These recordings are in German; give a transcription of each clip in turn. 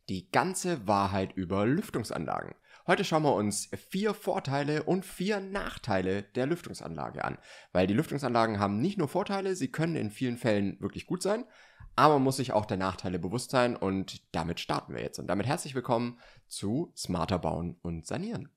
Die ganze Wahrheit über Lüftungsanlagen. Heute schauen wir uns 4 Vorteile und 4 Nachteile der Lüftungsanlage an. Weil die Lüftungsanlagen haben nicht nur Vorteile, sie können in vielen Fällen wirklich gut sein, aber man muss sich auch der Nachteile bewusst sein und damit starten wir jetzt. Und damit herzlich willkommen zu Smarter Bauen und Sanieren.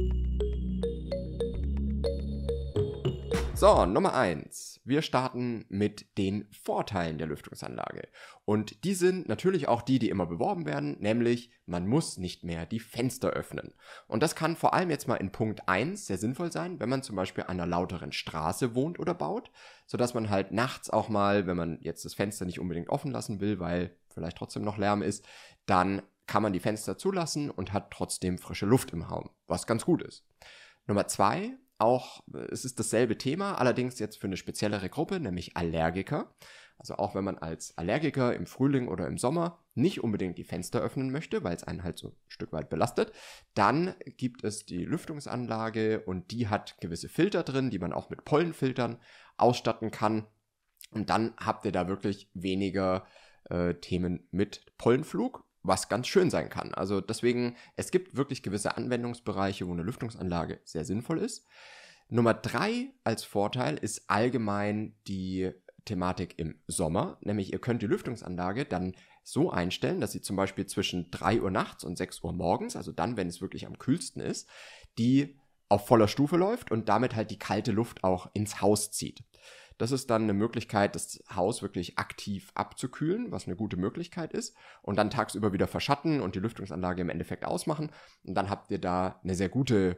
So, Nummer 1. Wir starten mit den Vorteilen der Lüftungsanlage. Und die sind natürlich auch die immer beworben werden, nämlich man muss nicht mehr die Fenster öffnen. Und das kann vor allem jetzt mal in Punkt 1 sehr sinnvoll sein, wenn man zum Beispiel an einer lauteren Straße wohnt oder baut, sodass man halt nachts auch mal, wenn man jetzt das Fenster nicht unbedingt offen lassen will, weil vielleicht trotzdem noch Lärm ist, dann kann man die Fenster zulassen und hat trotzdem frische Luft im Raum, was ganz gut ist. Nummer 2. Auch, es ist dasselbe Thema, allerdings jetzt für eine speziellere Gruppe, nämlich Allergiker. Also auch wenn man als Allergiker im Frühling oder im Sommer nicht unbedingt die Fenster öffnen möchte, weil es einen halt so ein Stück weit belastet, dann gibt es die Lüftungsanlage und die hat gewisse Filter drin, die man auch mit Pollenfiltern ausstatten kann. Und dann habt ihr da wirklich weniger Themen mit Pollenflug, was ganz schön sein kann. Also deswegen, es gibt wirklich gewisse Anwendungsbereiche, wo eine Lüftungsanlage sehr sinnvoll ist. Nummer 3 als Vorteil ist allgemein die Thematik im Sommer, nämlich ihr könnt die Lüftungsanlage dann so einstellen, dass sie zum Beispiel zwischen 3 Uhr nachts und 6 Uhr morgens, also dann, wenn es wirklich am kühlsten ist, die auf voller Stufe läuft und damit halt die kalte Luft auch ins Haus zieht. Das ist dann eine Möglichkeit, das Haus wirklich aktiv abzukühlen, was eine gute Möglichkeit ist. Und dann tagsüber wieder verschatten und die Lüftungsanlage im Endeffekt ausmachen. Und dann habt ihr da einen sehr guten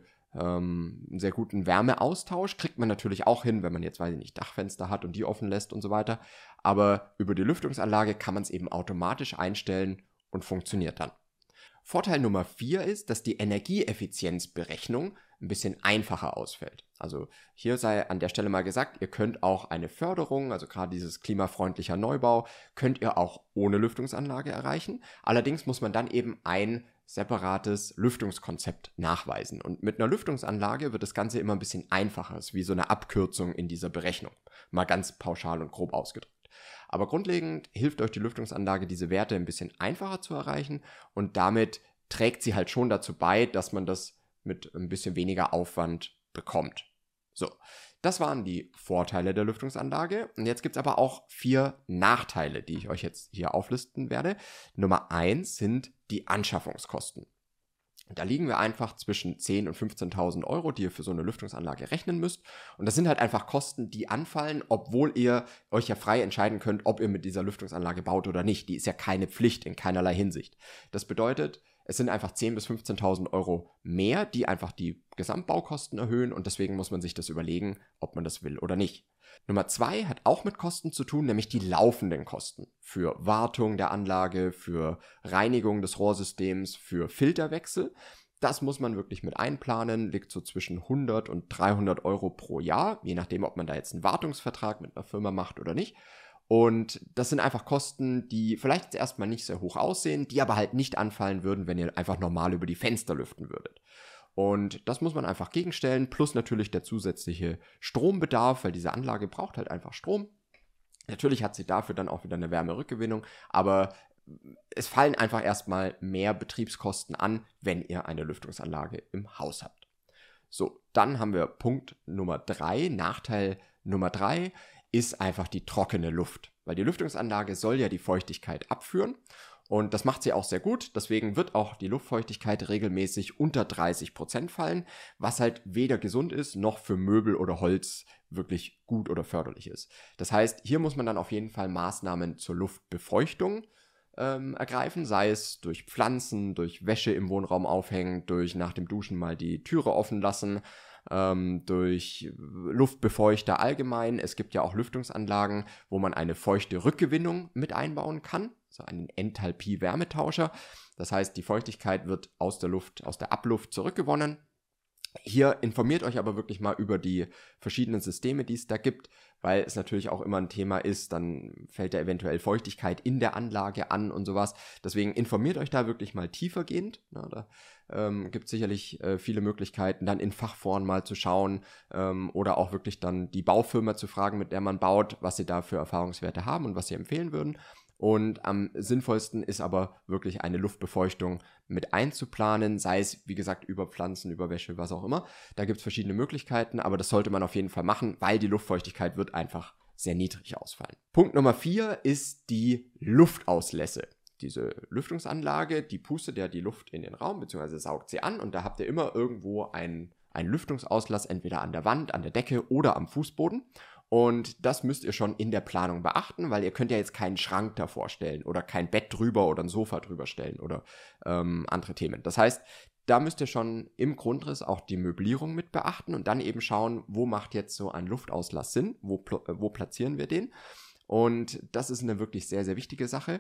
Wärmeaustausch. Kriegt man natürlich auch hin, wenn man jetzt, weiß ich nicht, Dachfenster hat und die offen lässt und so weiter. Aber über die Lüftungsanlage kann man es eben automatisch einstellen und funktioniert dann. Vorteil Nummer 4 ist, dass die Energieeffizienzberechnung ein bisschen einfacher ausfällt. Also hier sei an der Stelle mal gesagt, ihr könnt auch eine Förderung, also gerade dieses klimafreundlicher Neubau, könnt ihr auch ohne Lüftungsanlage erreichen. Allerdings muss man dann eben ein separates Lüftungskonzept nachweisen. Und mit einer Lüftungsanlage wird das Ganze immer ein bisschen einfacher. Es ist wie so eine Abkürzung in dieser Berechnung. Mal ganz pauschal und grob ausgedrückt. Aber grundlegend hilft euch die Lüftungsanlage, diese Werte ein bisschen einfacher zu erreichen und damit trägt sie halt schon dazu bei, dass man das mit ein bisschen weniger Aufwand bekommt. So, das waren die Vorteile der Lüftungsanlage und jetzt gibt es aber auch 4 Nachteile, die ich euch jetzt hier auflisten werde. Nummer 1 sind die Anschaffungskosten. Da liegen wir einfach zwischen 10.000 und 15.000 Euro, die ihr für so eine Lüftungsanlage rechnen müsst. Und das sind halt einfach Kosten, die anfallen, obwohl ihr euch ja frei entscheiden könnt, ob ihr mit dieser Lüftungsanlage baut oder nicht. Die ist ja keine Pflicht in keinerlei Hinsicht. Das bedeutet, es sind einfach 10.000 bis 15.000 Euro mehr, die einfach die Gesamtbaukosten erhöhen und deswegen muss man sich das überlegen, ob man das will oder nicht. Nummer 2 hat auch mit Kosten zu tun, nämlich die laufenden Kosten für Wartung der Anlage, für Reinigung des Rohrsystems, für Filterwechsel. Das muss man wirklich mit einplanen, liegt so zwischen 100 und 300 Euro pro Jahr, je nachdem, ob man da jetzt einen Wartungsvertrag mit einer Firma macht oder nicht. Und das sind einfach Kosten, die vielleicht jetzt erstmal nicht sehr hoch aussehen, die aber halt nicht anfallen würden, wenn ihr einfach normal über die Fenster lüften würdet. Und das muss man einfach gegenstellen, plus natürlich der zusätzliche Strombedarf, weil diese Anlage braucht halt einfach Strom. Natürlich hat sie dafür dann auch wieder eine Wärmerückgewinnung, aber es fallen einfach erstmal mehr Betriebskosten an, wenn ihr eine Lüftungsanlage im Haus habt. So, dann haben wir Punkt Nummer 3, Nachteil Nummer 3 ist einfach die trockene Luft, weil die Lüftungsanlage soll ja die Feuchtigkeit abführen. Und das macht sie auch sehr gut, deswegen wird auch die Luftfeuchtigkeit regelmäßig unter 30% fallen, was halt weder gesund ist, noch für Möbel oder Holz wirklich gut oder förderlich ist. Das heißt, hier muss man dann auf jeden Fall Maßnahmen zur Luftbefeuchtung ergreifen, sei es durch Pflanzen, durch Wäsche im Wohnraum aufhängen, durch nach dem Duschen mal die Türe offen lassen, durch Luftbefeuchter allgemein. Es gibt ja auch Lüftungsanlagen, wo man eine feuchte Rückgewinnung mit einbauen kann, so einen Enthalpie-Wärmetauscher. Das heißt, die Feuchtigkeit wird aus der Luft, aus der Abluft zurückgewonnen. Hier informiert euch aber wirklich mal über die verschiedenen Systeme, die es da gibt, weil es natürlich auch immer ein Thema ist, dann fällt da eventuell Feuchtigkeit in der Anlage an und sowas. Deswegen informiert euch da wirklich mal tiefergehend. Na, da gibt es sicherlich viele Möglichkeiten, dann in Fachforen mal zu schauen oder auch wirklich dann die Baufirma zu fragen, mit der man baut, was sie da für Erfahrungswerte haben und was sie empfehlen würden. Und am sinnvollsten ist aber wirklich eine Luftbefeuchtung mit einzuplanen, sei es, wie gesagt, über Pflanzen, über Wäsche, was auch immer. Da gibt es verschiedene Möglichkeiten, aber das sollte man auf jeden Fall machen, weil die Luftfeuchtigkeit wird einfach sehr niedrig ausfallen. Punkt Nummer 4 ist die Luftauslässe. Diese Lüftungsanlage, die pustet ja die Luft in den Raum, beziehungsweise saugt sie an und da habt ihr immer irgendwo einen Lüftungsauslass, entweder an der Wand, an der Decke oder am Fußboden. Und das müsst ihr schon in der Planung beachten, weil ihr könnt ja jetzt keinen Schrank davor stellen oder kein Bett drüber oder ein Sofa drüber stellen oder andere Themen. Das heißt, da müsst ihr schon im Grundriss auch die Möblierung mit beachten und dann eben schauen, wo macht jetzt so ein Luftauslass Sinn, wo platzieren wir den. Und das ist eine wirklich sehr, sehr wichtige Sache,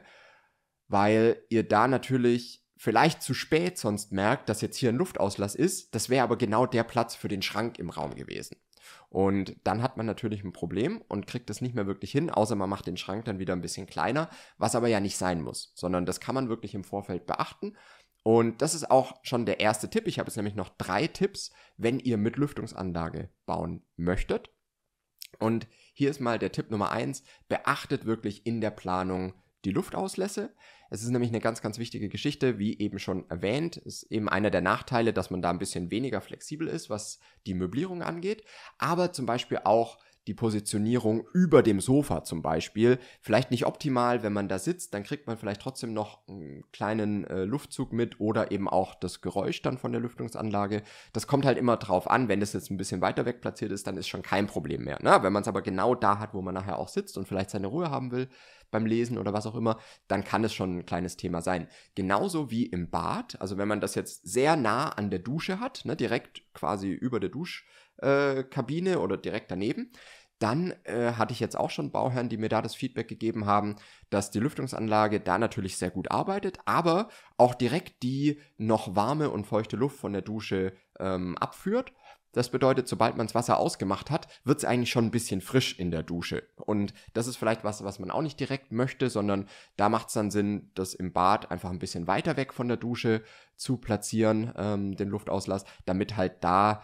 weil ihr da natürlich vielleicht zu spät sonst merkt, dass jetzt hier ein Luftauslass ist. Das wäre aber genau der Platz für den Schrank im Raum gewesen. Und dann hat man natürlich ein Problem und kriegt es nicht mehr wirklich hin, außer man macht den Schrank dann wieder ein bisschen kleiner, was aber ja nicht sein muss, sondern das kann man wirklich im Vorfeld beachten. Und das ist auch schon der erste Tipp. Ich habe jetzt nämlich noch 3 Tipps, wenn ihr mit Lüftungsanlage bauen möchtet. Und hier ist mal der Tipp Nummer 1, beachtet wirklich in der Planung die Luftauslässe. Es ist nämlich eine ganz, ganz wichtige Geschichte, wie eben schon erwähnt, ist eben einer der Nachteile, dass man da ein bisschen weniger flexibel ist, was die Möblierung angeht, aber zum Beispiel auch die Positionierung über dem Sofa zum Beispiel, vielleicht nicht optimal, wenn man da sitzt, dann kriegt man vielleicht trotzdem noch einen kleinen Luftzug mit oder eben auch das Geräusch dann von der Lüftungsanlage. Das kommt halt immer drauf an, wenn das jetzt ein bisschen weiter weg platziert ist, dann ist schon kein Problem mehr. Ne? Wenn man es aber genau da hat, wo man nachher auch sitzt und vielleicht seine Ruhe haben will beim Lesen oder was auch immer, dann kann es schon ein kleines Thema sein. Genauso wie im Bad, also wenn man das jetzt sehr nah an der Dusche hat, ne, direkt quasi über der Duschkabine oder direkt daneben, dann hatte ich jetzt auch schon Bauherren, die mir da das Feedback gegeben haben, dass die Lüftungsanlage da natürlich sehr gut arbeitet, aber auch direkt die noch warme und feuchte Luft von der Dusche abführt. Das bedeutet, sobald man das Wasser ausgemacht hat, wird es eigentlich schon ein bisschen frisch in der Dusche. Und das ist vielleicht was man auch nicht direkt möchte, sondern da macht es dann Sinn, das im Bad einfach ein bisschen weiter weg von der Dusche zu platzieren, den Luftauslass, damit halt da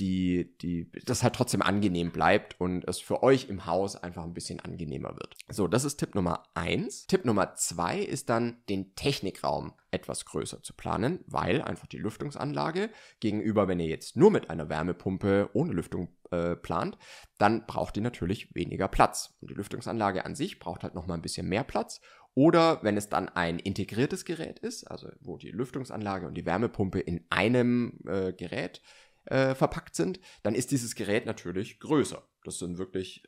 das halt trotzdem angenehm bleibt und es für euch im Haus einfach ein bisschen angenehmer wird. So, das ist Tipp Nummer 1. Tipp Nummer 2 ist dann, den Technikraum etwas größer zu planen, weil einfach die Lüftungsanlage gegenüber, wenn ihr jetzt nur mit einer Wärmepumpe ohne Lüftung plant, dann braucht die natürlich weniger Platz. Und die Lüftungsanlage an sich braucht halt nochmal ein bisschen mehr Platz. Oder wenn es dann ein integriertes Gerät ist, also wo die Lüftungsanlage und die Wärmepumpe in einem Gerät verpackt sind, dann ist dieses Gerät natürlich größer. Das sind wirklich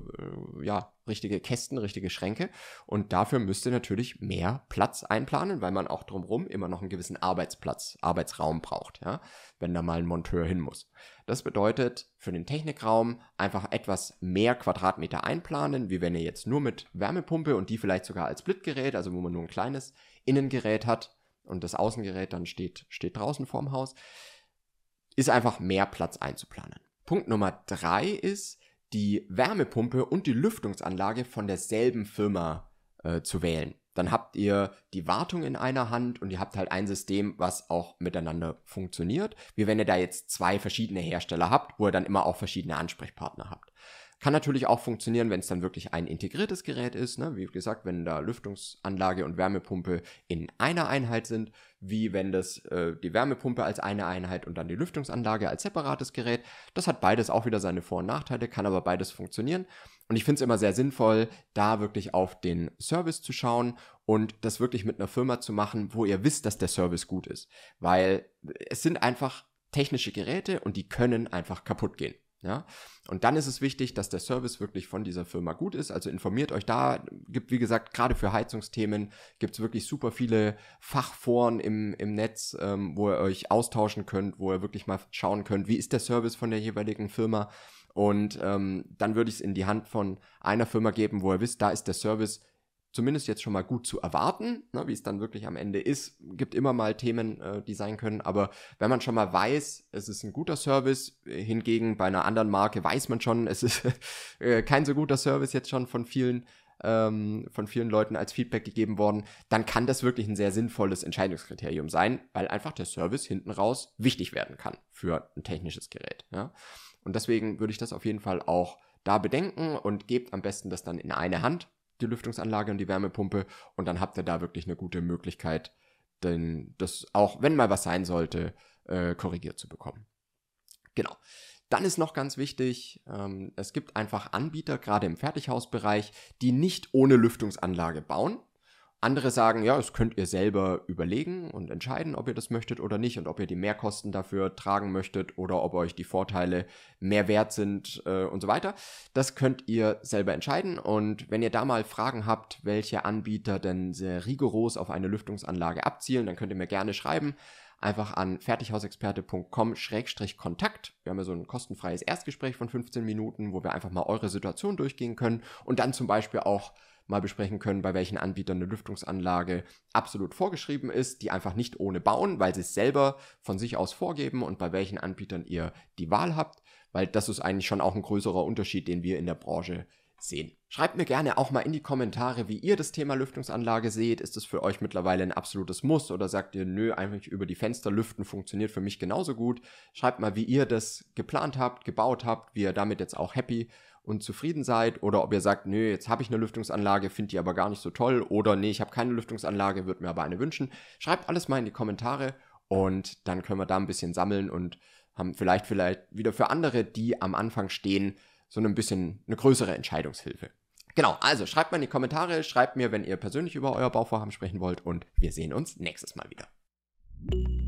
richtige Kästen, richtige Schränke und dafür müsst ihr natürlich mehr Platz einplanen, weil man auch drumherum immer noch einen gewissen Arbeitsraum braucht, ja, wenn da mal ein Monteur hin muss. Das bedeutet für den Technikraum einfach etwas mehr Quadratmeter einplanen, wie wenn ihr jetzt nur mit Wärmepumpe und die vielleicht sogar als Splitgerät, also wo man nur ein kleines Innengerät hat und das Außengerät dann steht draußen vorm Haus, ist einfach mehr Platz einzuplanen. Punkt Nummer 3 ist, die Wärmepumpe und die Lüftungsanlage von derselben Firma zu wählen. Dann habt ihr die Wartung in einer Hand und ihr habt halt ein System, was auch miteinander funktioniert, wie wenn ihr da jetzt 2 verschiedene Hersteller habt, wo ihr dann immer auch verschiedene Ansprechpartner habt. Kann natürlich auch funktionieren, wenn es dann wirklich ein integriertes Gerät ist, ne? Wie gesagt, wenn da Lüftungsanlage und Wärmepumpe in einer Einheit sind, wie wenn das die Wärmepumpe als eine Einheit und dann die Lüftungsanlage als separates Gerät. Das hat beides auch wieder seine Vor- und Nachteile, kann aber beides funktionieren. Und ich finde es immer sehr sinnvoll, da wirklich auf den Service zu schauen und das wirklich mit einer Firma zu machen, wo ihr wisst, dass der Service gut ist. Weil es sind einfach technische Geräte und die können einfach kaputt gehen. Ja, und dann ist es wichtig, dass der Service wirklich von dieser Firma gut ist, also informiert euch da, gibt wie gesagt, gerade für Heizungsthemen, gibt es wirklich super viele Fachforen im Netz, wo ihr euch austauschen könnt, wo ihr wirklich mal schauen könnt, wie ist der Service von der jeweiligen Firma und dann würde ich es in die Hand von einer Firma geben, wo ihr wisst, da ist der Service zumindest jetzt schon mal gut zu erwarten, ne, wie es dann wirklich am Ende ist. Gibt immer mal Themen, die sein können, aber wenn man schon mal weiß, es ist ein guter Service, hingegen bei einer anderen Marke weiß man schon, es ist kein so guter Service jetzt schon von vielen Leuten als Feedback gegeben worden, dann kann das wirklich ein sehr sinnvolles Entscheidungskriterium sein, weil einfach der Service hinten raus wichtig werden kann für ein technisches Gerät. Ja? Und deswegen würde ich das auf jeden Fall auch da bedenken und gebt am besten das dann in eine Hand. die Lüftungsanlage und die Wärmepumpe, und dann habt ihr da wirklich eine gute Möglichkeit, denn das auch, wenn mal was sein sollte, korrigiert zu bekommen. Genau. Dann ist noch ganz wichtig, es gibt einfach Anbieter, gerade im Fertighausbereich, die nicht ohne Lüftungsanlage bauen. Andere sagen, ja, das könnt ihr selber überlegen und entscheiden, ob ihr das möchtet oder nicht und ob ihr die Mehrkosten dafür tragen möchtet oder ob euch die Vorteile mehr wert sind und so weiter. Das könnt ihr selber entscheiden, und wenn ihr da mal Fragen habt, welche Anbieter denn sehr rigoros auf eine Lüftungsanlage abzielen, dann könnt ihr mir gerne schreiben. Einfach an fertighausexperte.com/Kontakt. Wir haben ja so ein kostenfreies Erstgespräch von 15 Minuten, wo wir einfach mal eure Situation durchgehen können und dann zum Beispiel auch mal besprechen können, bei welchen Anbietern eine Lüftungsanlage absolut vorgeschrieben ist, die einfach nicht ohne bauen, weil sie es selber von sich aus vorgeben, und bei welchen Anbietern ihr die Wahl habt, weil das ist eigentlich schon auch ein größerer Unterschied, den wir in der Branche sehen. Schreibt mir gerne auch mal in die Kommentare, wie ihr das Thema Lüftungsanlage seht. Ist es für euch mittlerweile ein absolutes Muss oder sagt ihr, nö, eigentlich über die Fenster lüften funktioniert für mich genauso gut? Schreibt mal, wie ihr das geplant habt, gebaut habt, wie ihr damit jetzt auch happy und zufrieden seid, oder ob ihr sagt, nö, jetzt habe ich eine Lüftungsanlage, finde die aber gar nicht so toll, oder nee, ich habe keine Lüftungsanlage, würde mir aber eine wünschen. Schreibt alles mal in die Kommentare, und dann können wir da ein bisschen sammeln und haben vielleicht wieder für andere, die am Anfang stehen, so ein bisschen eine größere Entscheidungshilfe. Genau, also schreibt mal in die Kommentare, schreibt mir, wenn ihr persönlich über euer Bauvorhaben sprechen wollt, und wir sehen uns nächstes Mal wieder.